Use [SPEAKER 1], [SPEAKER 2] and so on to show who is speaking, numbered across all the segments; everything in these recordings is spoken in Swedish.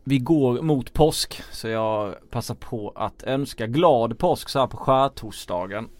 [SPEAKER 1] vi går mot påsk, så jag passar på att önska glad påsk så här på skärtorsdagen.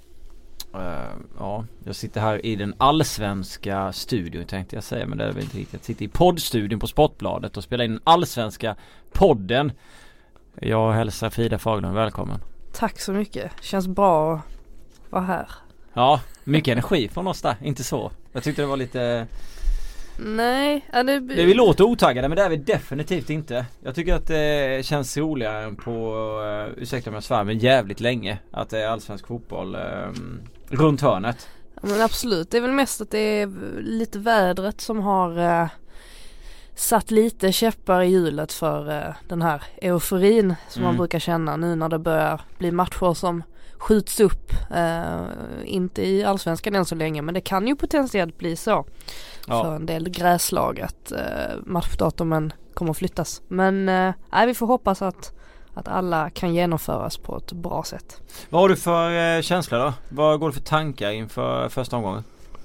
[SPEAKER 1] Ja, jag sitter här i den allsvenska studion tänkte jag säga, men det är väl inte riktigt. Jag sitter i poddstudion på Sportbladet och spelar in den allsvenska podden. Jag hälsar Frida Faglund välkommen.
[SPEAKER 2] Tack så mycket, känns bra att vara här.
[SPEAKER 1] Ja, mycket energi från oss där, inte så. Jag tyckte det var lite...
[SPEAKER 2] Nej,
[SPEAKER 1] det vi låter otaggade, men det är vi definitivt inte. Jag tycker att det känns roligare på, ursäkta om jag svär, men jävligt länge att det är allsvensk fotboll runt hörnet.
[SPEAKER 2] Ja, men absolut, det är väl mest att det är lite vädret som har satt lite käppar i hjulet för den här euforin som man brukar känna nu när det börjar bli matcher som skjuts upp, inte i allsvenskan än så länge, men det kan ju potentiellt bli så för en del gräslag att matchdatumen kommer att flyttas. Men vi får hoppas att alla kan genomföras på ett bra sätt.
[SPEAKER 1] Vad har du för känsla då? Vad går det för tankar inför första omgången?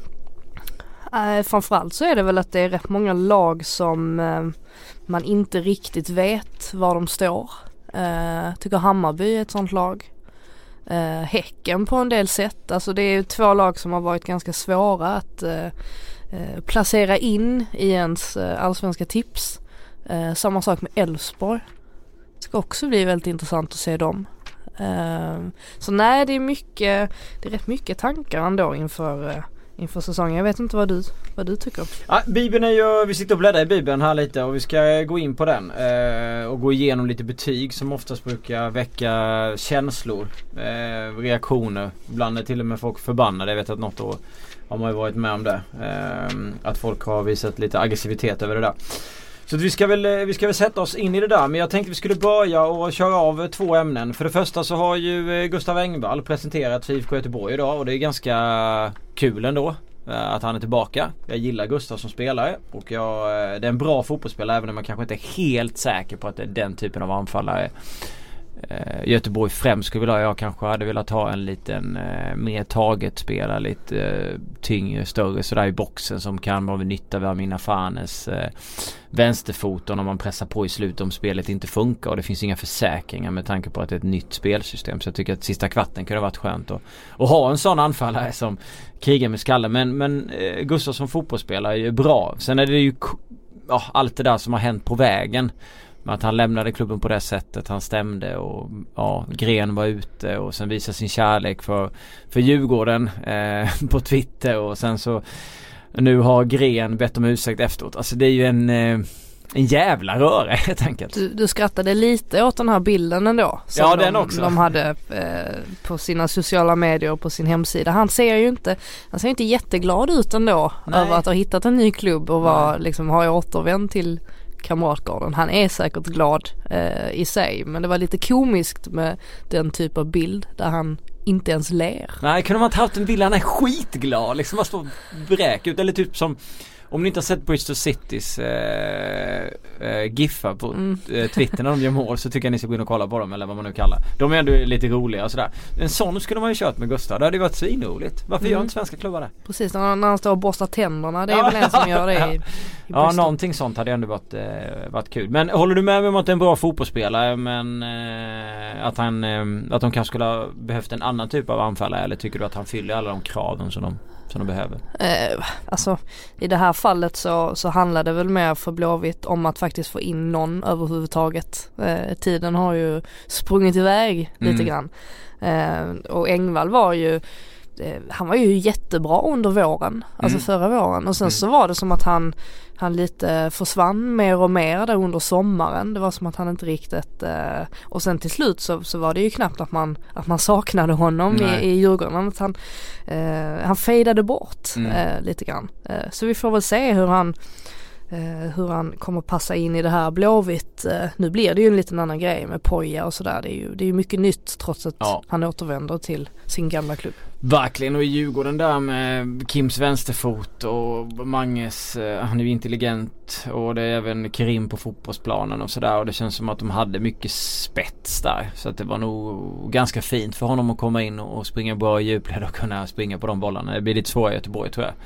[SPEAKER 2] Framförallt så är det väl att det är rätt många lag som man inte riktigt vet var de står. Tycker Hammarby är ett sånt lag. Häcken på en del sätt. Alltså det är ju två lag som har varit ganska svåra att placera in i ens allsvenska tips. Samma sak med Elfsborg. Det ska också bli väldigt intressant att se dem. Så nej, det är rätt mycket tankar ändå inför säsongen. Jag vet inte vad du tycker. Ja,
[SPEAKER 1] Bibeln är ju, vi sitter och bläddrar i Bibeln här lite och vi ska gå in på den och gå igenom lite betyg som oftast brukar väcka känslor, reaktioner. Ibland är till och med folk förbannade. Jag vet att något år har man ju varit med om det. Att folk har visat lite aggressivitet över det där. Så vi ska väl sätta oss in i det där. Men jag tänkte vi skulle börja och köra av två ämnen. För det första så har ju Gustav Engvall presenterat för IFK Göteborg idag. Och det är ganska kul ändå att han är tillbaka. Jag gillar Gustav som spelare. Och det är en bra fotbollsspelare, även om man kanske inte är helt säker på att det är den typen av anfallare Göteborg främst skulle vilja. Jag kanske hade velat ha en liten mer taget spelare, lite tyngre, större sådär i boxen, som kan vara nytta av mina Fanes vänsterfoten om man pressar på i slutet om spelet inte funkar, och det finns inga försäkringar med tanke på att det är ett nytt spelsystem. Så jag tycker att sista kvarten kunde ha varit skönt att ha en sån anfallare som krigar med skallen. Men Gustav som fotbollsspelare är ju bra. Sen är det ju allt det där som har hänt på vägen. Att han lämnade klubben på det sättet, han stämde och Gren var ute och sen visade sin kärlek för Djurgården på Twitter, och sen så nu har Gren bett om ursäkt efteråt. Alltså det är ju en jävla röre helt enkelt. Du
[SPEAKER 2] skrattade lite åt den här bilden ändå.
[SPEAKER 1] Ja, den också.
[SPEAKER 2] De hade på sina sociala medier och på sin hemsida. Han ser ju inte jätteglad ut ändå. Nej. Över att ha hittat en ny klubb och har återvänt till Kamratgården. Han är säkert glad i sig, men det var lite komiskt med den typ av bild där han inte ens ler.
[SPEAKER 1] Nej, kunde man inte haft en bild han är skitglad, liksom man står bräk ut, eller typ som om ni inte har sett Bristol Citys giffar på Twitter när de gör mål, så tycker jag ni ska gå in och kolla på dem, eller vad man nu kallar. De är ändå lite roliga och sådär. En sån skulle man ju kört med Gustav. Det hade ju varit svinroligt. Varför gör inte svenska klubbar det?
[SPEAKER 2] Precis, när han står och borstar tänderna. Det är väl en som gör det i Bristol.
[SPEAKER 1] Någonting sånt hade ändå varit kul. Men håller du med om att det är en bra fotbollsspelare, men att de kanske skulle ha behövt en annan typ av anfallare, eller tycker du att han fyller alla de kraven som de behöver?
[SPEAKER 2] Alltså i det här fallet så handlar det väl mer för Blåvitt om att faktiskt få in någon överhuvudtaget. Tiden har ju sprungit iväg lite grann. Och Engvall var ju jättebra under våren, alltså förra våren, och sen så var det som att han lite försvann mer och mer där under sommaren. Det var som att han inte riktigt och sen till slut så var det ju knappt att man saknade honom i Djurgården, att han fejdade bort lite grann. Så vi får väl se hur han kommer passa in i det här Blåvitt. Nu blir det ju en liten annan grej med Poja och sådär. Det är ju mycket nytt trots att han återvänder till sin gamla klubb.
[SPEAKER 1] Verkligen, och i Djurgården där med Kims vänsterfot och Manges, han är ju intelligent, och det är även Kerim på fotbollsplanen och sådär, och det känns som att de hade mycket spets där, så att det var nog ganska fint för honom att komma in och springa bra i djupled och kunna springa på de bollarna. Det blir lite svårare i Göteborg, tror jag.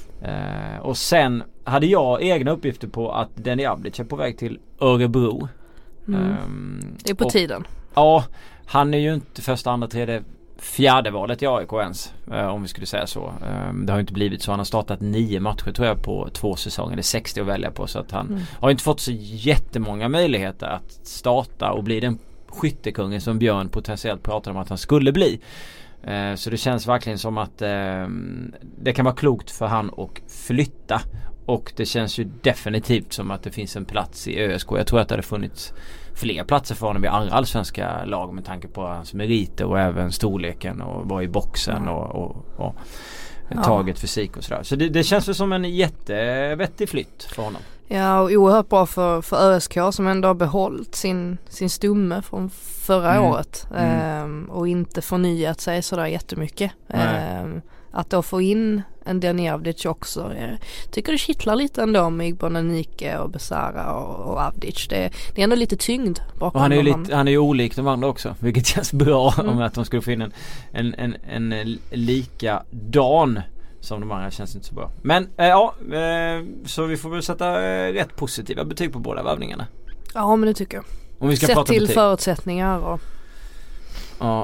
[SPEAKER 1] Och sen hade jag egna uppgifter på att Denny Ablic är på väg till Örebro.
[SPEAKER 2] Det är på tiden.
[SPEAKER 1] Ja, han är ju inte första, andra, tredje, fjärde valet i AIK ens, om vi skulle säga så. Det har ju inte blivit så. Han har startat 9 matcher tror jag på 2 säsonger. Det är 60 att välja på, så att han har inte fått så jättemånga möjligheter att starta och bli den skyttekungen som Björn potentiellt pratade om att han skulle bli. Så det känns verkligen som att det kan vara klokt för han att flytta. Och det känns ju definitivt som att det finns en plats i ÖSK. Jag tror att det hade funnits fler platser för honom i andra allsvenska lag med tanke på hans meriter och även storleken och vara i boxen och taget fysik och sådär. Så det känns väl som en jättevettig flytt för honom.
[SPEAKER 2] Ja, och oerhört bra för ÖSK som ändå har behållit sin stumme från förra året och inte förnyat sig sådär jättemycket. Att då få in en Denjavdic också, jag tycker det kittlar lite ändå med Igbonen Nike och Besara och Avdic. Det är ändå lite tyngd bakom.
[SPEAKER 1] Och han är ju olik de andra också, vilket känns bra om att de skulle få in en likadan som de andra, känns inte så bra. Men så vi får väl sätta rätt positiva betyg på båda värvningarna.
[SPEAKER 2] Ja, men det tycker jag.
[SPEAKER 1] Om vi ska
[SPEAKER 2] sett
[SPEAKER 1] prata
[SPEAKER 2] till
[SPEAKER 1] betyg.
[SPEAKER 2] Förutsättningar och...
[SPEAKER 1] Ja.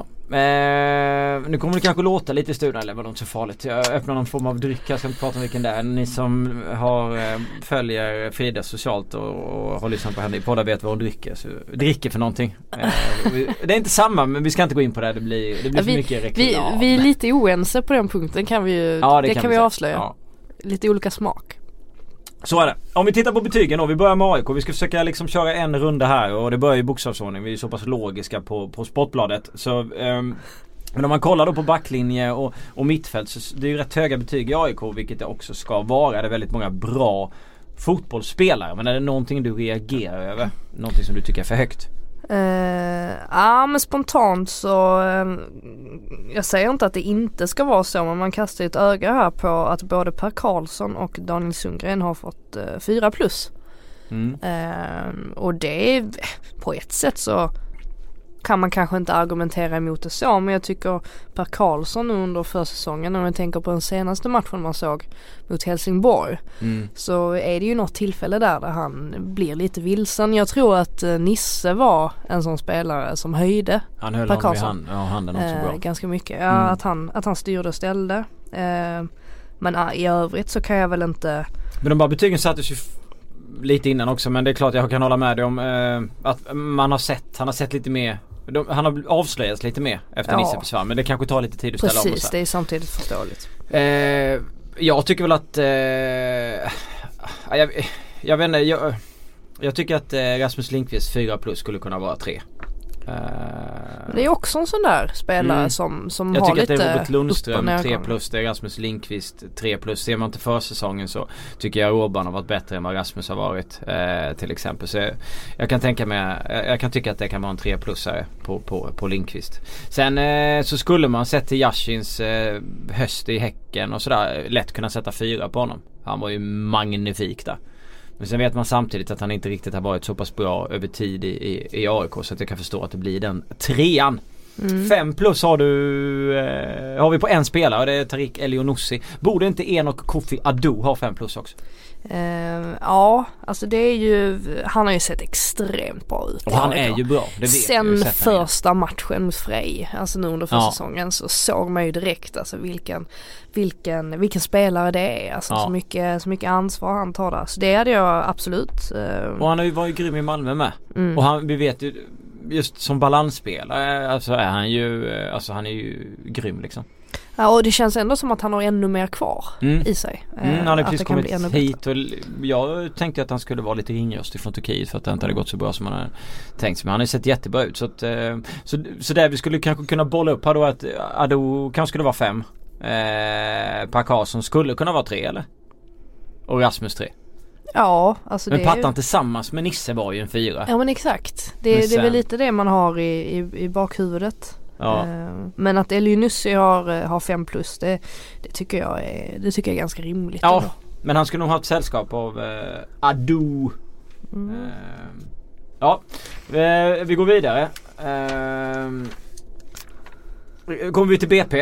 [SPEAKER 1] Nu kommer det kanske låta lite i studion, eller var det inte så farligt. Jag öppnar någon form av dryck, jag ska inte prata om vilken det är. Ni som följer Frida socialt och har lyssnat på henne i poddar vet vad hon dricker för någonting. Det är inte samma, men vi ska inte gå in på det. Det blir för mycket reklam.
[SPEAKER 2] Vi är lite oense på den punkten, kan vi ju, det kan vi avslöja. Ja. Lite olika smak.
[SPEAKER 1] Så är det. Om vi tittar på betygen då, vi börjar med AIK. Vi ska försöka liksom köra en runda här och det börjar i bokstavsordning. Vi är så pass logiska på Sportbladet. Så, men om man kollar då på backlinje och mittfält, så det är ju rätt höga betyg i AIK, vilket det också ska vara. Det är väldigt många bra fotbollsspelare. Men är det någonting du reagerar över? Någonting som du tycker är för högt?
[SPEAKER 2] Ja, men spontant så jag säger inte att det inte ska vara så, men man kastar ett öga här på att både Per Karlsson och Daniel Sundgren har fått 4+. Och det är på ett sätt så kan man kanske inte argumentera emot det så, men jag tycker Per Karlsson under försäsongen, när man tänker på den senaste matchen man såg mot Helsingborg, så är det ju något tillfälle där han blir lite vilsen. Jag tror att Nisse var en sån spelare som höjde
[SPEAKER 1] han höll
[SPEAKER 2] Per Karlsson
[SPEAKER 1] handen också bra.
[SPEAKER 2] Ganska mycket. Att han styrde och ställde. Men i övrigt så kan jag väl inte...
[SPEAKER 1] Men de bara betygen sattes ju lite innan också, men det är klart jag kan hålla med dig om att han har sett lite mer. Han har avslöjats lite mer efter Nisse försvann, men det kanske tar lite tid att ställa om.
[SPEAKER 2] Precis, det är samtidigt förståeligt.
[SPEAKER 1] Jag tycker väl att jag vet inte, jag tycker att Rasmus Lindqvist 4+ skulle kunna vara 3.
[SPEAKER 2] Det är också en sån där spelare som
[SPEAKER 1] jag
[SPEAKER 2] har lite...
[SPEAKER 1] Jag tycker att det är Robert Lundström 3+, det är Rasmus Lindqvist 3+. Ser man inte försäsongen så tycker jag Robban har varit bättre än vad Rasmus har varit till exempel. Så jag kan tycka att det kan vara en 3+are på Lindqvist. Sen så skulle man sett till Yashins höst i Häcken och sådär lätt kunna sätta 4 på honom. Han var ju magnifik där. Men sen vet man samtidigt att han inte riktigt har varit så pass bra över tid i AIK, så att jag kan förstå att det blir den 3:an. 5+ har vi på en spelare, och det är Tariq Elionossi. Borde inte Enoch Kofi Adu ha 5+ också?
[SPEAKER 2] Ja, alltså det är ju, han har ju sett extremt bra ut.
[SPEAKER 1] Och han är ju bra. Det vet
[SPEAKER 2] sen första matchen mot Frej, alltså nu under försäsongen, så såg man ju direkt alltså vilken spelare det är. Alltså så mycket ansvar han tar där. Så det hade jag absolut.
[SPEAKER 1] Och han har ju varit grym i Malmö med. Och vi vet ju, just som balansspelare, alltså han är ju grym liksom.
[SPEAKER 2] Ja, och det känns ändå som att han har ännu mer kvar i sig.
[SPEAKER 1] Han har precis kommit hit och jag tänkte att han skulle vara lite ringröstig från Turkiet för att det inte hade gått så bra som man hade tänkt. Men han har sett jättebra ut. Så där vi skulle kanske kunna bolla upp här då att Ado kanske skulle vara 5. Per Karlsson skulle kunna vara 3, eller? Och Rasmus 3.
[SPEAKER 2] Ja, alltså
[SPEAKER 1] men Pattan tillsammans med Nisse var ju en 4.
[SPEAKER 2] Ja, men exakt. Det är väl lite det man har i bakhuvudet.
[SPEAKER 1] Ja.
[SPEAKER 2] Men att Elionossi har 5+, det tycker jag är ganska rimligt.
[SPEAKER 1] Ja, men han skulle nog ha ett sällskap av Adu. Vi går vidare. Kommer vi till BP.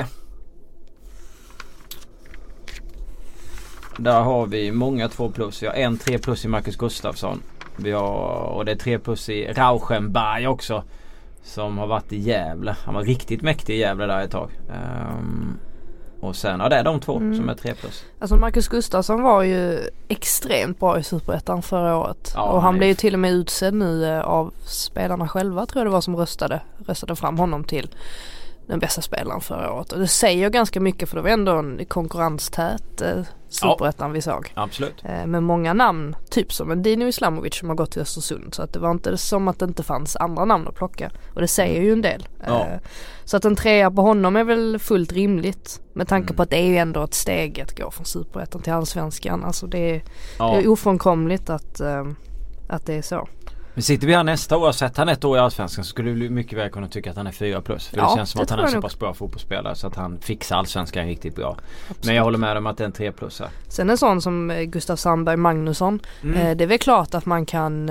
[SPEAKER 1] Där har vi många 2+. Vi har en 3+ i Marcus Gustafsson. Vi har, och det är 3+ i Rauschenberg också. Som har varit i Gävle. Han var riktigt mäktig i Gävle där ett tag. Och sen, det är de 2 som är 3+.
[SPEAKER 2] Alltså Marcus Gustafsson var ju extremt bra i Superettan förra året. Ja, och han blev ju till och med utsedd nu av spelarna själva, tror jag det var, som röstade fram honom till den bästa spelaren förra året. Och det säger ganska mycket, för det var ändå en konkurrenstät Superettan vi såg.
[SPEAKER 1] Absolut.
[SPEAKER 2] Med många namn, typ som en Dino Islamovic som har gått till Östersund. Så att det var inte som att det inte fanns andra namn att plocka. Och det säger ju en del. Så att en 3 på honom är väl fullt rimligt. Med tanke på att det är ju ändå ett steg att gå från Superettan till Allsvenskan. Alltså det är ofrånkomligt att det är så.
[SPEAKER 1] Men sitter vi här nästa år och sett han ett år i Allsvenskan, så skulle du mycket väl kunna tycka att han är 4+. För det känns som att han är så pass bra fotbollsspelare så att han fixar Allsvenskan riktigt bra. Absolut. Men jag håller med om att det är en 3+. Här.
[SPEAKER 2] Sen en sån som Gustav Sandberg Magnusson, det är väl klart att man kan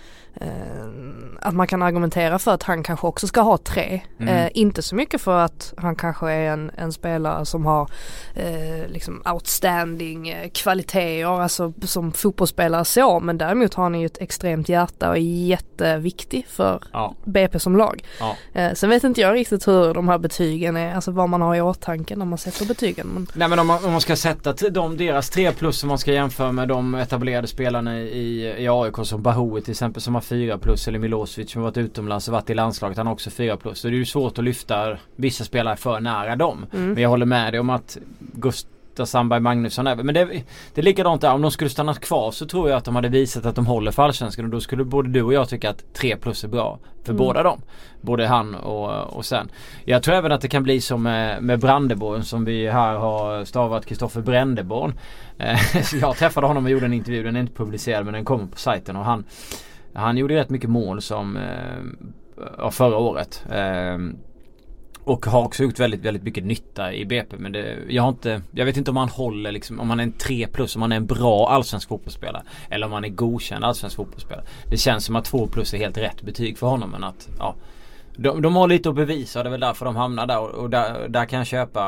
[SPEAKER 2] argumentera för att han kanske också ska ha 3. Inte så mycket för att han kanske är en spelare som har liksom outstanding kvaliteter, alltså som fotbollsspelare så, men däremot har han ju ett extremt hjärta och är jätteviktig för BP som lag. Sen vet inte jag riktigt hur de här betygen är, alltså vad man har i åtanke när man sätter betygen. Men...
[SPEAKER 1] Nej, men om man ska sätta deras 3+ som man ska jämföra med de etablerade spelarna i AIK som Bahoui till exempel, som har 4+, eller Milosevic som har varit utomlands och varit i landslaget, han har också 4+. Så det är ju svårt att lyfta vissa spelare för nära dem. Men jag håller med dig om att Gustav Sandberg Magnusson är, men det är likadant där. Om de skulle stanna kvar så tror jag att de hade visat att de håller för Allsvenskan, och då skulle både du och jag tycka att 3+ är bra för båda dem. Både han och sen. Jag tror även att det kan bli som med Brandeborn, som vi här har stavat Kristoffer Brändeborn. Jag träffade honom och gjorde en intervju, den är inte publicerad men den kommer på sajten, och han gjorde rätt mycket mål som förra året. Och har också gjort väldigt, väldigt mycket nytta i BP. Men jag vet inte om han håller liksom, om han är en 3+, om han är en bra allsvensk fotbollsspelare, eller om han är godkänd allsvensk fotbollsspelare. Det känns som att 2+ är helt rätt betyg för honom, men att de har lite att bevisa, och det är väl därför de hamnar där, och där kan jag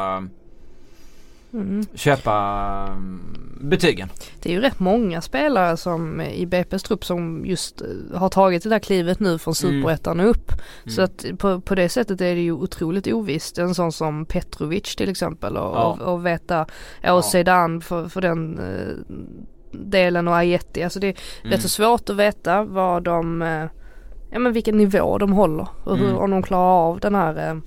[SPEAKER 1] köpa betygen.
[SPEAKER 2] Det är ju rätt många spelare som i BP's trupp som just har tagit det där klivet nu från Superettan och upp. Så att på det sättet är det ju otroligt ovisst. En sån som Petrovic till exempel, och veta, och Sedan för den delen, och Ajeti. Alltså det är rätt så svårt att veta vad vilken nivå de håller och om de klarar av den här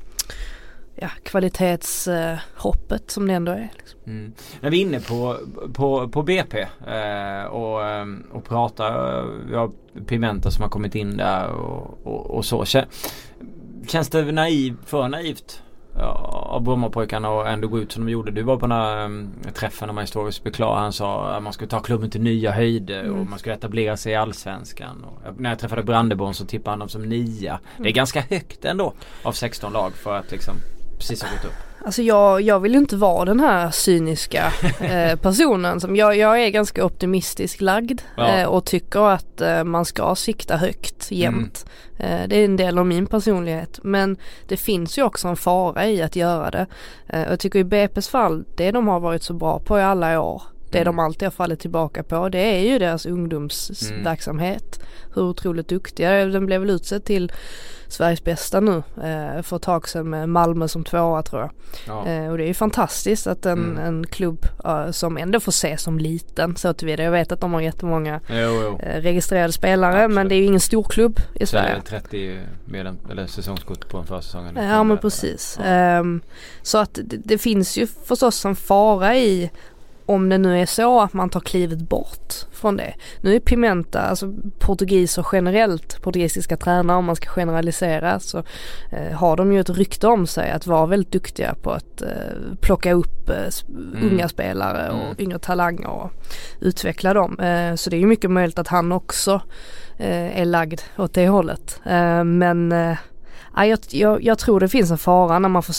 [SPEAKER 2] kvalitetshoppet som det ändå är. Liksom.
[SPEAKER 1] När vi är inne på BP och pratar, vi har Pimenta som har kommit in där och så. Känns det för naivt av Brommapojkarna och ändå gå ut som de gjorde? Du var på den här träffen när man historiskt beklagade, han sa att man skulle ta klubben till nya höjder och man skulle etablera sig i Allsvenskan. Och när jag träffade Brandeborn så tippade han dem som 9. Det är ganska högt ändå av 16 lag för att liksom precis ha gått upp.
[SPEAKER 2] Alltså jag vill ju inte vara den här cyniska personen. Som jag är ganska optimistisk lagd och tycker att man ska sikta högt jämt. Det är en del av min personlighet. Men det finns ju också en fara i att göra det. Jag tycker i BP's fall, det de har varit så bra på i alla år, det de alltid har fallit tillbaka på, det är ju deras ungdomsverksamhet. Hur otroligt duktiga. Den blev väl utsedd till Sveriges bästa nu för ett tag sedan med Malmö som 2, tror jag. Och det är ju fantastiskt att en klubb som ändå får se som liten, så tillvida. Jag vet att de har jättemånga registrerade spelare. Absolut. Men det är ju ingen stor klubb i Sverige.
[SPEAKER 1] 30 eller säsongskort på en försäsongen.
[SPEAKER 2] Ja, men precis. Så att det finns ju förstås en fara i, om det nu är så att man tar klivet bort från det. Nu är Pimenta, alltså portugiser generellt, portugisiska tränare, om man ska generalisera, så har de ju ett rykte om sig att vara väldigt duktiga på att plocka upp unga spelare och yngre talanger och utveckla dem. Så det är ju mycket möjligt att han också är lagd åt det hållet. Men jag tror det finns en fara när man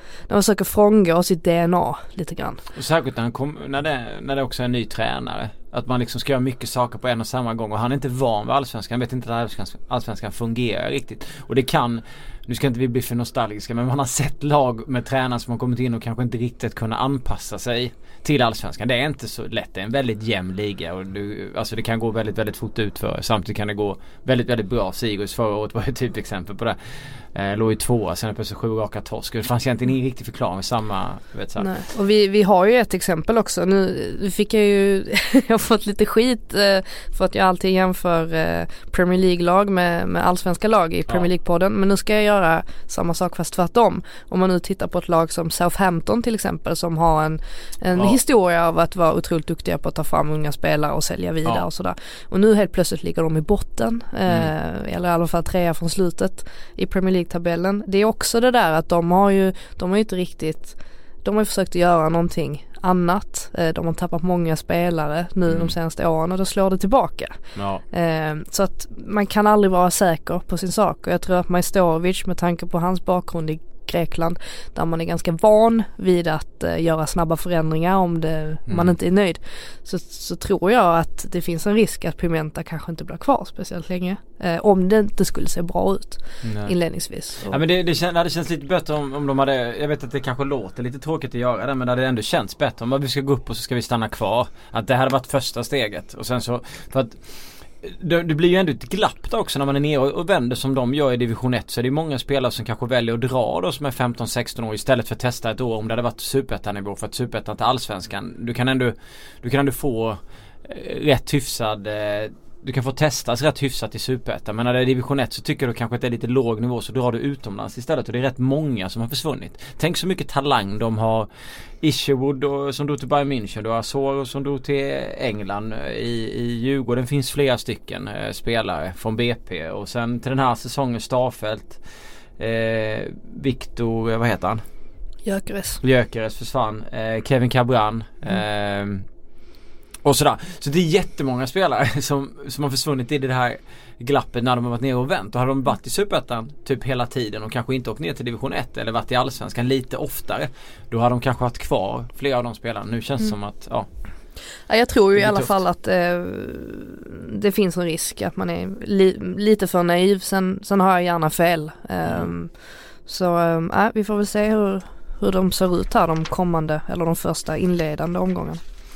[SPEAKER 2] försöker frångå sitt DNA lite grann.
[SPEAKER 1] Och särskilt när det också är en ny tränare. Att man liksom ska göra mycket saker på en och samma gång. Och han är inte van vid allsvenskan. Han vet inte att allsvenskan fungerar riktigt. Och det kan, nu ska inte vi bli för nostalgiska, men man har sett lag med tränare som har kommit in och kanske inte riktigt kunna anpassa sig till allsvenskan. Det är inte så lätt. Det är en väldigt jämn liga. Och alltså det kan gå väldigt, väldigt fort ut för. Samtidigt kan det gå väldigt, väldigt bra. Sirius förra året var ett typexempel på det. Låg i 2, sen är plötsligt 7 raka torsk. Det fanns egentligen ingen riktig förklaring med samma, vet så.
[SPEAKER 2] Nej. Och vi har ju ett exempel också. Nu fick jag ju jag har fått lite skit för att jag alltid jämför Premier League-lag med allsvenska lag i Premier League-podden. Men nu ska jag göra samma sak fast tvärtom. Om man nu tittar på ett lag som Southampton till exempel, som har en historia av att vara otroligt duktiga på att ta fram unga spelare och sälja vidare och sådär. Och nu helt plötsligt ligger de i botten. Eller i alla fall 3 från slutet i Premier League-tabellen. Det är också det där att de har ju inte riktigt, de har ju försökt göra någonting annat. De har tappat många spelare nu de senaste åren och då slår det tillbaka. Så att man kan aldrig vara säker på sin sak, och jag tror att Majstorovic, med tanke på hans bakgrund i Grekland, där man är ganska van vid att göra snabba förändringar om man inte är nöjd, så tror jag att det finns en risk att Pimenta kanske inte blir kvar speciellt länge, om det inte skulle se bra ut inledningsvis.
[SPEAKER 1] Ja, men det känns lite bättre om de hade, jag vet att det kanske låter lite tråkigt att göra det, men det hade ändå känts bättre om vi ska gå upp och så ska vi stanna kvar, att det hade varit första steget. Och sen så, för att det blir ju ändå ett glapp där också när man är nere och vänder som de gör i division 1, så är det många spelare som kanske väljer att dra då, som är 15-16 år, istället för att testa ett år om det hade varit superettan-nivå, för att superettan till allsvenskan, du kan ändå få rätt hyfsad, du kan få testas rätt hyfsat i superettan, men när det är division 1 så tycker du kanske att det är lite låg nivå, så drar du utomlands istället, och det är rätt många som har försvunnit. Tänk så mycket talang de har. Isherwood som drog till Bayern München, du har Asoro som drog till England, i Djurgården finns flera stycken spelare från BP, och sen till den här säsongen Starfelt, Victor, vad heter han? Gyökeres försvann, Kevin Cabran, och sådär. Så det är jättemånga spelare som har försvunnit i det här glappet när de har varit nere och vänt. Och har de varit i superettan typ hela tiden och kanske inte åkt ner till division 1 eller varit i allsvenskan lite oftare, då har de kanske varit kvar flera av de spelarna. Nu känns det som att
[SPEAKER 2] ja, jag tror ju i alla fall att det finns en risk att man är lite för naiv. Sen har jag gärna fel. Vi får väl se hur de ser ut här de kommande, eller de första inledande omgången.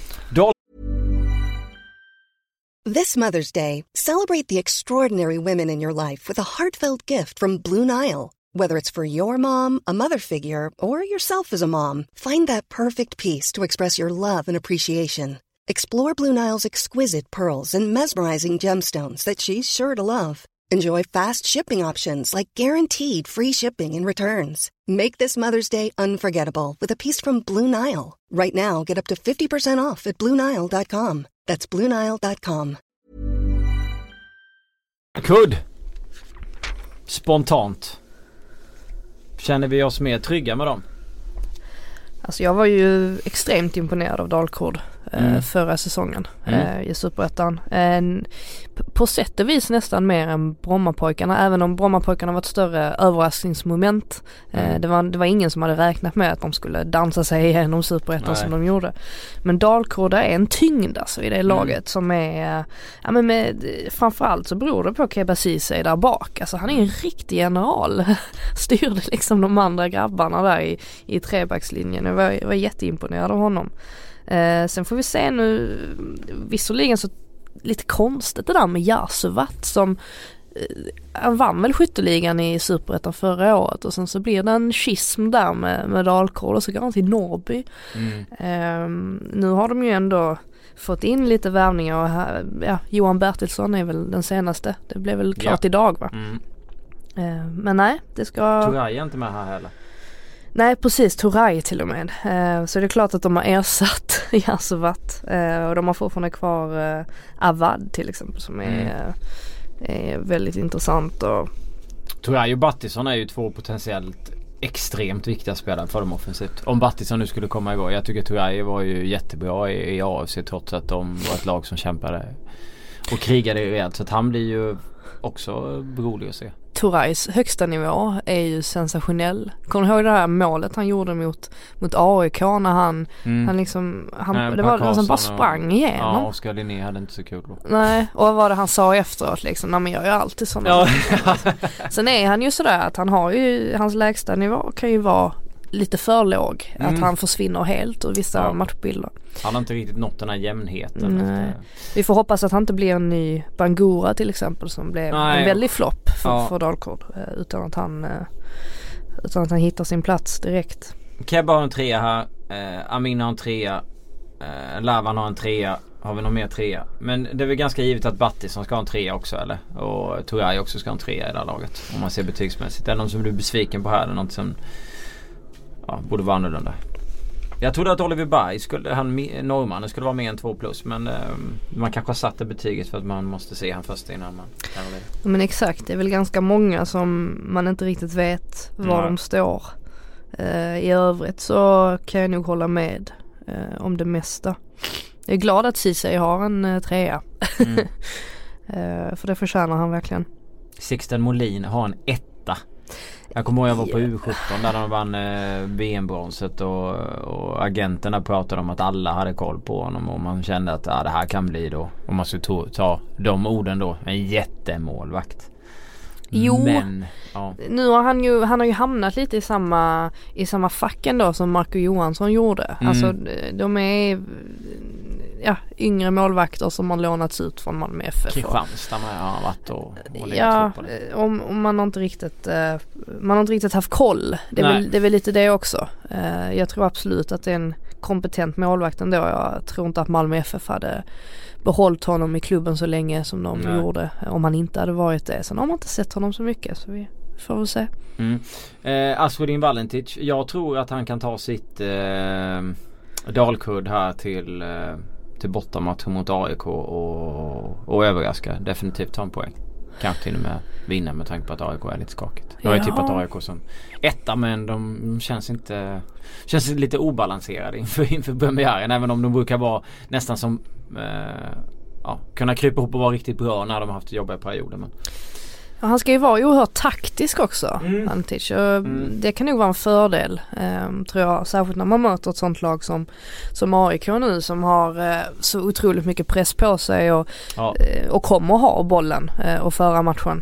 [SPEAKER 3] This Mother's Day, celebrate the extraordinary women in your life with a heartfelt gift from Blue Nile. Whether it's for your mom, a mother figure, or yourself as a mom, find that perfect piece to express your love and appreciation. Explore Blue Nile's exquisite pearls and mesmerizing gemstones that she's sure to love. Enjoy fast shipping options like guaranteed free shipping and returns. Make this Mother's Day unforgettable with a piece from Blue Nile. Right now, get up to 50% off at BlueNile.com. That's BlueNile.com.
[SPEAKER 1] Spontant. Känner vi oss mer trygga med dem?
[SPEAKER 2] Alltså jag var ju extremt imponerad av Dalkurd förra säsongen i Superettan. På sätt och vis nästan mer än Brommapojkarna, även om Brommapojkarna var ett större överraskningsmoment. Det var ingen som hade räknat med att de skulle dansa sig igenom Superettan som de gjorde. Men Dalkurd är en tyngd alltså i det laget som är, framförallt så beror det på Keba Ceesay där bak. Alltså han är en riktig general. Styrde liksom de andra grabbarna där i trebackslinjen. Jag var jätteimponerad av honom. Sen får vi se nu, visserligen så lite konstigt det där med Jasuvat som han vann väl skytteligan i Superettan förra året, och sen så blir det en schism där med Dalkurd och så går han till Norrby. Nu har de ju ändå fått in lite värvningar och Johan Bertilsson är väl den senaste. Det blev väl klart idag va? Men nej, det ska...
[SPEAKER 1] Turay är inte med här heller.
[SPEAKER 2] Nej, precis. Turay till och med. Så det är klart att de har ersatt Jasuvat. Och de har fortfarande kvar Avad till exempel som är väldigt intressant. Och...
[SPEAKER 1] Turay och Battisson är ju 2 potentiellt extremt viktiga spelare för dem offensivt. Om Battisson nu skulle komma igång. Jag tycker Turay var ju jättebra i AFC trots att de var ett lag som kämpade och krigade rejält. Så att han blir ju också rolig att se.
[SPEAKER 2] Turais högsta nivå är ju sensationell. Kommer du ihåg det här målet han gjorde mot AIK när han det var han som bara sprang igenom.
[SPEAKER 1] Ja, Oskar Linné hade inte så kul då.
[SPEAKER 2] Nej, och vad var det han sa efteråt liksom? Nej, men jag gör alltid sådana. Ja. Sen är han ju sådär att han har ju, hans lägsta nivå kan ju vara lite för låg. Att han försvinner helt ur vissa matchbilder.
[SPEAKER 1] Han har inte riktigt nått den här jämnheten.
[SPEAKER 2] Nej. Vi får hoppas att han inte blir en ny Bangura till exempel som blev en väldig flopp för Dalkurd utan att han hittar sin plats direkt.
[SPEAKER 1] Kebba har en 3 här, Amin har en 3, Lavan har en 3. Har vi någon mer 3? Men det är väl ganska givet att Battisson ska ha en 3 också, eller? Och Turay också ska ha en 3 i det här laget. Om man ser betygsmässigt. Är det någon som du är besviken på här? Eller något som borde vara annorlunda? Jag trodde att Oliver Berg norrmannen skulle vara mer än 2+, men man kanske har satt det betyget för att man måste se han först innan man kan vara det.
[SPEAKER 2] Men exakt, det är väl ganska många som man inte riktigt vet var de står. I övrigt så kan jag nog hålla med om det mesta. Jag är glad att Ceesay har en 3. För det förtjänar han verkligen.
[SPEAKER 1] Sixten Molin har en 1. Jag kommer ihåg jag var på U17 där de vann VM-bronset och agenterna pratade om att alla hade koll på honom och man kände att det här kan bli då, om man skulle ta de orden då, en jättemålvakt.
[SPEAKER 2] Jo, men, nu har han har ju hamnat lite i samma fack ändå som Marco Johansson gjorde. Alltså de är yngre målvakter som har lånats ut från Malmö FF.
[SPEAKER 1] Kristianstad har varit och
[SPEAKER 2] om man har inte riktigt haft koll. Det är väl lite det också. Jag tror absolut att det är en kompetent målvakt ändå. Jag tror inte att Malmö FF hade behållit honom i klubben så länge som de gjorde om han inte hade varit det. Sen har man inte sett honom så mycket, så vi får väl se.
[SPEAKER 1] Aswedin Valentic, jag tror att han kan ta sitt Dalkurd här till bortamatch mot AIK och överraska. Definitivt ta en poäng. Kanske till och med vinna med tanke på att AIK är lite skakigt. Jag har ju tippat AIK som 1, men de känns lite obalanserade inför premiären, även om de brukar vara nästan som kunna krypa ihop och vara riktigt bra när de har haft jobbiga perioder. Men
[SPEAKER 2] han ska ju vara oerhört taktisk också, Antic. Det kan nog vara en fördel, tror jag, särskilt när man möter ett sånt lag som AIK nu, som har så otroligt mycket press på sig och kommer ha bollen och föra matchen.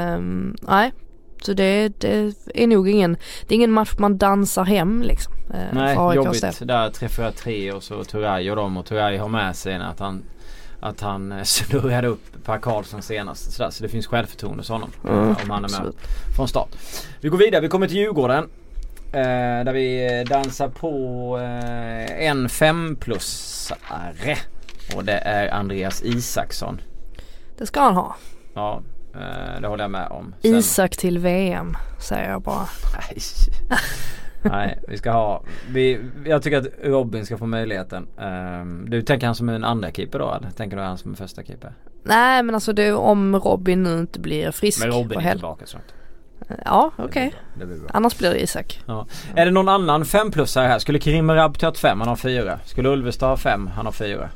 [SPEAKER 2] Så det är nog ingen match man dansar hem liksom.
[SPEAKER 1] Nej, jobbigt. Där träffar jag 3 och så Turay och dem, och Turay har med sig att han snurrade upp Per Karlsson senast. Så det finns självförtroende hos honom om han är med från start. Vi går vidare, vi kommer till Djurgården. Där vi dansar på en 5+are. Och det är Andreas Isaksson.
[SPEAKER 2] Det ska han ha.
[SPEAKER 1] Ja, det håller jag med om.
[SPEAKER 2] Isak till VM, säger jag bara.
[SPEAKER 1] Nej, vi ska ha. Jag tycker att Robin ska få möjligheten. Du tänker han som en andra keeper då, eller tänker du han som en första keeper?
[SPEAKER 2] Nej, men alltså om Robin nu inte blir frisk.
[SPEAKER 1] Men Robin är tillbaka snart.
[SPEAKER 2] Ja, okej. Annars blir det Isak.
[SPEAKER 1] Ja. Är det någon annan 5+are här? Skulle Kerim Merab ta 5? Han har 4. Skulle Ulvestad ha 5? Han har 4.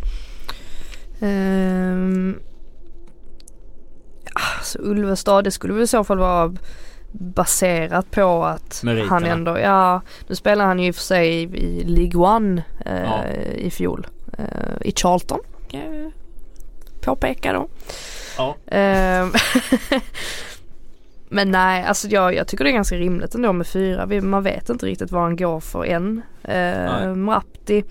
[SPEAKER 2] Alltså Ulvestad, det skulle väl i så fall vara baserat på att meriterna. Han ändå, nu spelar han ju i för sig i League 1 i fjol. I Charlton, kan jag påpeka då.
[SPEAKER 1] Ja.
[SPEAKER 2] Men nej, alltså jag tycker det är ganska rimligt ändå med 4. Man vet inte riktigt vad han går för än. Mrapti,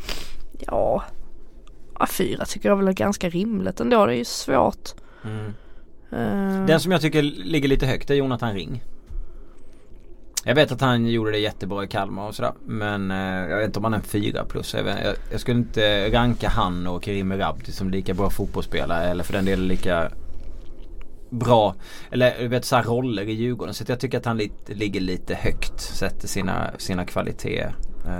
[SPEAKER 2] 4 tycker jag väl är ganska rimligt ändå. Det är ju svårt.
[SPEAKER 1] Den som jag tycker ligger lite högt är Jonathan Ring. Jag vet att han gjorde det jättebra i Kalmar och sådär, men jag vet inte om han är en 4+. Jag skulle inte ranka han och Kerim Merabti som lika bra fotbollsspelare, eller för den delen lika bra, eller så här roller i Djurgården. Så jag tycker att han ligger lite högt sett till sina kvaliteter.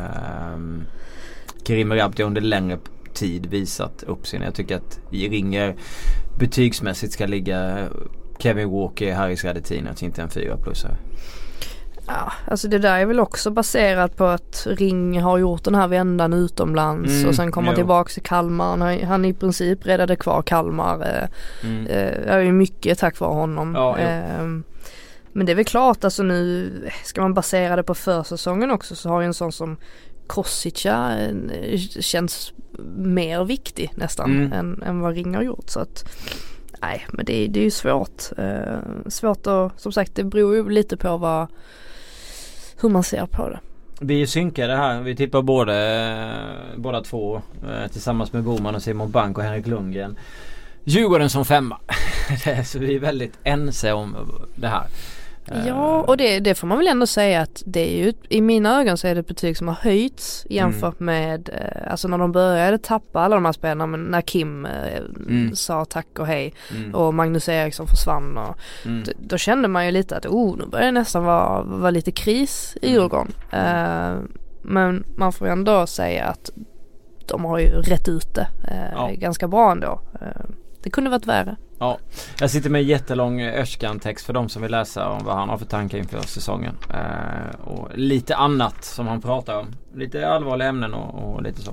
[SPEAKER 1] Kerim Merabti under längre tid visat upp sin. Jag tycker att Ringer betygsmässigt ska ligga Kevin Walker, Harris Radetinac, inte en 4+.
[SPEAKER 2] Ja, alltså det där är väl också baserat på att Ring har gjort den här vändan utomlands och sen kommer tillbaka till Kalmar. Han i princip räddade kvar Kalmar. Det är ju mycket tack vare honom. Men det är väl klart, alltså nu ska man basera det på försäsongen också, så har ju en sån som Kosica känns mer viktig nästan än vad Ring har gjort. Så att nej, men det är ju svårt. Svårt att, som sagt, det beror ju lite på hur man ser på det.
[SPEAKER 1] Vi är synkade här. Vi tippar båda två tillsammans med Boman och Simon Bank och Henrik Lundgren. Djurgården som 5. Så vi är väldigt ense om det här.
[SPEAKER 2] Ja, och det får man väl ändå säga att det är ju, i mina ögon så är det ett betyg som har höjts jämfört med alltså när de började tappa alla de här spelarna, men när Kim sa tack och hej och Magnus Eriksson försvann och då kände man ju lite att nu börjar det nästan vara lite kris i Djurgården. Men man får ju ändå säga att de har ju rätt ut det ganska bra ändå. Det kunde varit värre.
[SPEAKER 1] Ja, jag sitter med en jättelång Özcan-text för de som vill läsa om vad han har för tankar inför säsongen. Och lite annat som han pratar om. Lite allvarliga ämnen och lite så.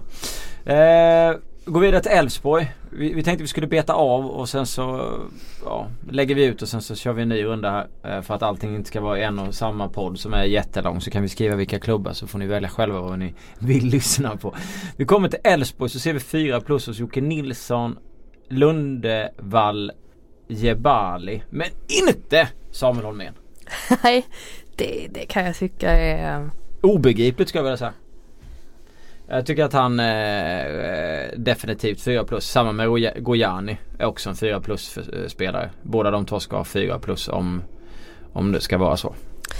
[SPEAKER 1] Går vidare till Elfsborg. Vi tänkte vi skulle beta av och sen så lägger vi ut och sen så kör vi en ny runda här. För att allting inte ska vara en och samma podd som är jättelång, så kan vi skriva vilka klubbar, så får ni välja själva vad ni vill lyssna på. Vi kommer till Elfsborg, så ser vi 4+ hos Jocke Nilsson, Lundevall, Jebali, men inte Samuel Holmén.
[SPEAKER 2] Nej, det kan jag tycka är
[SPEAKER 1] obegripligt, ska jag vilja säga. Jag tycker att han definitivt 4+. Samma med Gojani är också en 4+ spelare. Båda de två ska ha 4+ om det ska vara så.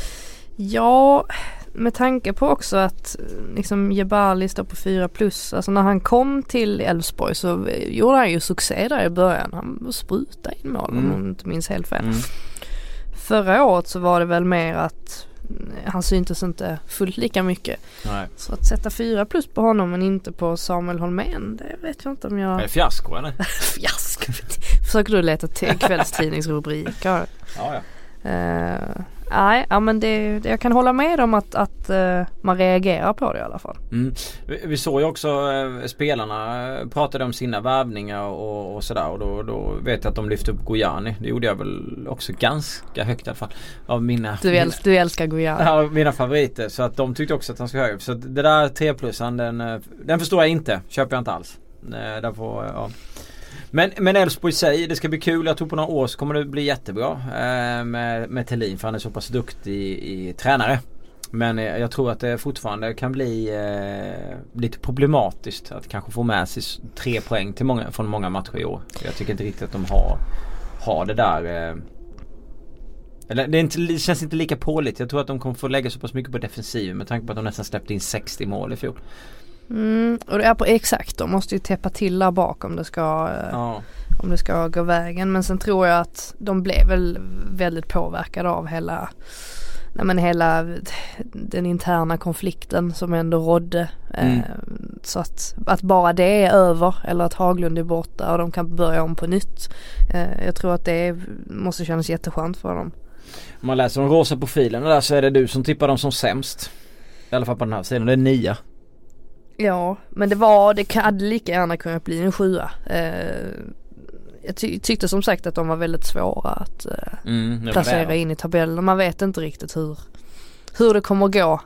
[SPEAKER 2] Ja, med tanke på också att liksom Jebali står på 4+. Alltså när han kom till Elfsborg så gjorde han ju succé där i början. Han sprutade in mål om jag inte minns helt fel. Förra året så var det väl mer att han syntes inte fullt lika mycket. Nej. Så att sätta 4+ på honom men inte på Samuel Holmén, det vet jag inte om jag...
[SPEAKER 1] Är det fiasko eller?
[SPEAKER 2] Fiasko? Försöker du leta till kvällstidningsrubriker?
[SPEAKER 1] Ja.
[SPEAKER 2] Nej, men jag kan hålla med om att man reagerar på det i alla fall.
[SPEAKER 1] Vi såg ju också spelarna pratade om sina värvningar och sådär, och då vet jag att de lyfte upp Gojani. Det gjorde jag väl också ganska högt i alla fall av mina.
[SPEAKER 2] Du älskar Gojani.
[SPEAKER 1] Ja, mina favoriter, så att de tyckte också att han ska höra. Så det där 3+, den förstår jag inte. Köper jag inte alls. Men Elfsborg säger det ska bli kul. Jag tror på några år så kommer det bli jättebra med Thelin, för han är så pass duktig i tränare. Men jag tror att det fortfarande kan bli lite problematiskt att kanske få med sig 3 poäng från många matcher i år. Jag tycker inte riktigt att de har det där. Eller det känns inte lika påligt. Jag tror att de kommer få lägga så pass mycket på defensiven med tanke på att de nästan släppte in 60 mål i fjol.
[SPEAKER 2] Och det är på exakt, de måste ju täppa till där bak om det ska gå vägen. Men sen tror jag att de blev väl väldigt påverkade av hela den interna konflikten som ändå rådde. Så att bara det är över, eller att Haglund är borta och de kan börja om på nytt. Jag tror att det måste kännas jätteskönt för dem.
[SPEAKER 1] Om man läser de rosa profilerna där så är det du som tippar dem som sämst. I alla fall på den här sidan, det är 9. Ja,
[SPEAKER 2] men det hade lika gärna kunnat bli en 7. Jag tyckte som sagt att de var väldigt svåra att placera in i tabellen. Man vet inte riktigt hur det kommer att gå.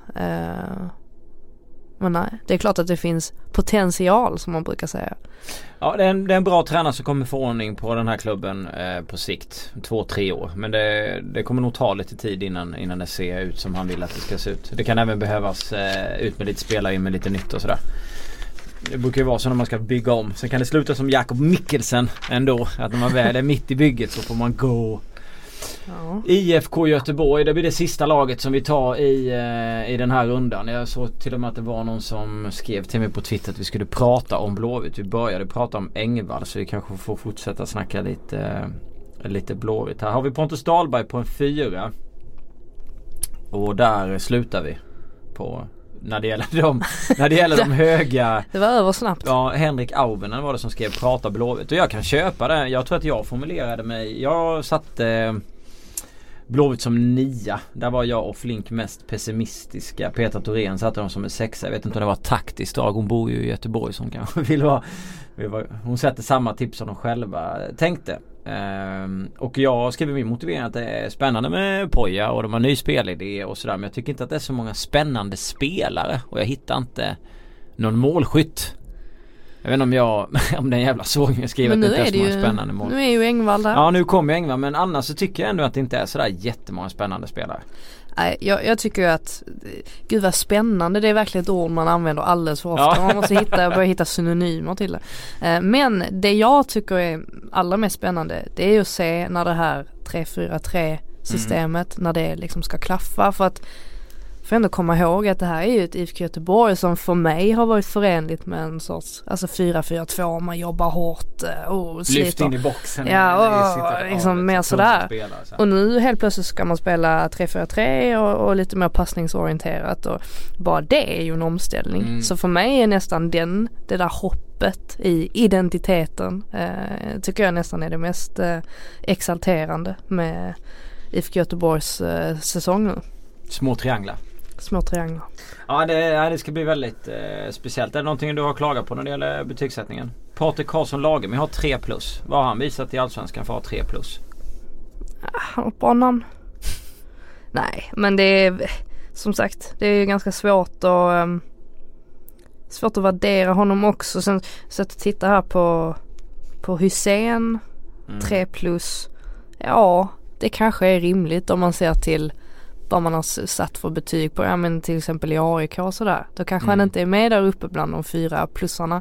[SPEAKER 2] Men nej, det är klart att det finns potential, som man brukar säga.
[SPEAKER 1] Ja, det är en bra tränare som kommer få ordning på den här klubben på sikt. 2-3 år. Men det kommer nog ta lite tid innan det ser ut som han vill att det ska se ut. Det kan även behövas ut med lite spelare, in med lite nytt och sådär. Det brukar ju vara så när man ska bygga om. Sen kan det sluta som Jakob Mikkelsen ändå. Att när man väl är mitt i bygget så får man gå. Ja. IFK Göteborg, det blir det sista laget som vi tar i den här rundan. Jag såg till och med att det var någon som skrev till mig på Twitter att vi skulle prata om Blåvitt. Vi började prata om Engvall, så vi kanske får fortsätta snacka lite Blåvitt. Här har vi Pontus Dahlberg på en 4. Och där slutar vi på när det gäller de höga.
[SPEAKER 2] Det var över snabbt.
[SPEAKER 1] Ja, Henrik Auvenen var det som skrev prata Blåvitt. Och jag kan köpa det. Jag tror att jag formulerade mig. Jag satte Blåvitt som 9. Där var jag och Flink mest pessimistiska. Petra Thorén satte dem som en 6. Jag vet inte om det var taktiskt drag. Hon bor ju i Göteborg, som kanske vill vara. Hon sätter samma tips som de själva tänkte. Och jag skriver min motivering att det är spännande med Poja och de har ny spelidé och sådär, men jag tycker inte att det är så många spännande spelare och jag hittar inte någon målskytt. Jag vet inte om den jävla såg jag skriver att det inte är så många spännande mål.
[SPEAKER 2] Nu är ju Engvall där.
[SPEAKER 1] Ja, nu kommer Engvall, men annars så tycker jag ändå att det inte är sådär jättemånga spännande spelare.
[SPEAKER 2] Nej, jag tycker ju att gud vad spännande, det är verkligen ett ord man använder alldeles för ofta. Man måste börja hitta synonymer till det. Men det jag tycker är allra mest spännande, det är ju att se när det här 3-4-3 systemet, när det liksom ska klaffa, för att får ändå komma ihåg att det här är ju ett IFK Göteborg som för mig har varit förenligt med en sorts 4-4-2, man jobbar hårt och sliter.
[SPEAKER 1] Lyft in i boxen.
[SPEAKER 2] Ja, och liksom mer sådär. Och nu helt plötsligt ska man spela 3-4-3 och lite mer passningsorienterat, och bara det är ju en omställning. Så för mig är nästan det där hoppet i identiteten tycker jag nästan är det mest exalterande med IFK Göteborgs säsong nu.
[SPEAKER 1] Små trianglar. Ja, det ska bli väldigt speciellt. Är det någonting du har klagat på när det gäller betygssättningen? Patrik Karlsson Lagerman har 3+. Vad har han visat i Allsvenskan för att ha 3+?
[SPEAKER 2] Han har ett bra namn. Nej, men det är som sagt, det är ganska svårt att värdera honom också. Sen så att titta här på Hussein 3+. Ja, det kanske är rimligt om man ser till vad man har satt för betyg på, men till exempel i AIK och sådär. Då kanske han inte är med där uppe bland de 4+arna.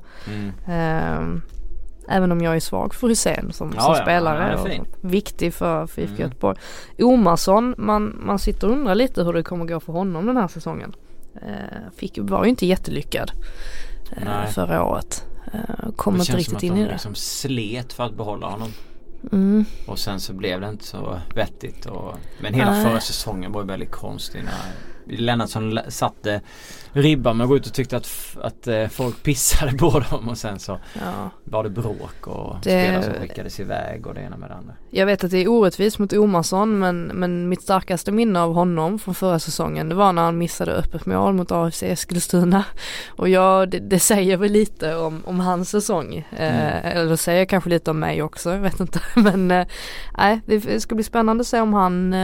[SPEAKER 2] Även om jag är svag för Hussein som spelare och viktig för IFK Göteborg. Omarsson, man sitter och undrar lite hur det kommer gå för honom den här säsongen. Var ju inte jättelyckad förra året. Kom inte riktigt in i det.
[SPEAKER 1] Liksom slet för att behålla honom. Och sen så blev det inte så vettigt men hela förra säsongen var väldigt konstig när Lennartsson satte ribban med att gå ut och tyckte att folk pissade på dem, och sen så var det bråk och spelare som skickades iväg och det ena med det andra.
[SPEAKER 2] Jag vet att det är orättvist mot Omarsson, men mitt starkaste minne av honom från förra säsongen, det var när han missade öppet mål mot AFC Eskilstuna, och det säger väl lite om hans säsong, eller det säger kanske lite om mig också, jag vet inte, men det ska bli spännande att se om han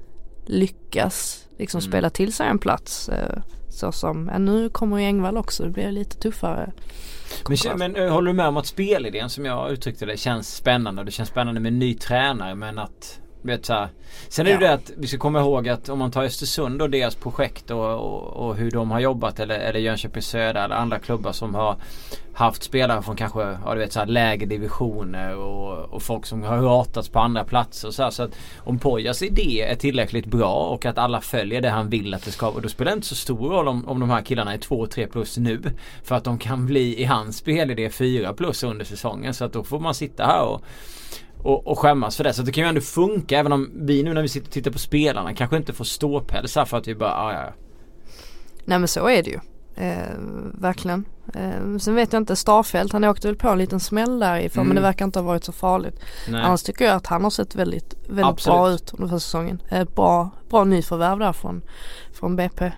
[SPEAKER 2] lyckas liksom spela till sig en plats, så som nu kommer ju Engvall också, det blir lite tuffare.
[SPEAKER 1] Men håller du med om att spelidén som jag uttryckte det känns spännande, och det känns spännande med en ny tränare, men att sen är det att vi ska komma ihåg att om man tar Östersund och deras projekt och hur de har jobbat, eller Jönköping Södra eller andra klubbar som har haft spelare från kanske lägre divisioner och folk som har ratats på andra platser och så att om Pojas idé är tillräckligt bra och att alla följer det han vill att det ska, och då spelar det inte så stor roll om de här killarna är 2-3+ nu, för att de kan bli i hans spelidé 4+ under säsongen, så att då får man sitta här och skämmas för det. Så det kan ju ändå funka, även om vi nu när vi sitter och tittar på spelarna kanske inte får ståpälsar för att vi bara
[SPEAKER 2] Nej, men så är det ju. Verkligen. Sen vet jag inte, Starfelt, han åkte väl på en liten smäll därifrån, men det verkar inte ha varit så farligt. Nej. Annars tycker jag att han har sett väldigt bra ut under säsongen. Bra nyförvärv där från BP.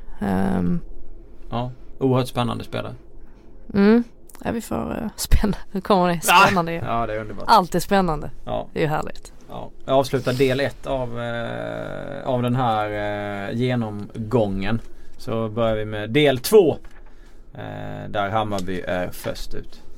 [SPEAKER 1] Ja, oerhört spännande spelare.
[SPEAKER 2] Ja, vi får spänna. Nu kommer det spännande.
[SPEAKER 1] Ja, det är underbart.
[SPEAKER 2] Allt är spännande.
[SPEAKER 1] Ja.
[SPEAKER 2] Det är ju härligt.
[SPEAKER 1] Ja. Jag avslutar del 1 av den här genomgången. Så börjar vi med del 2. Där Hammarby är först ut.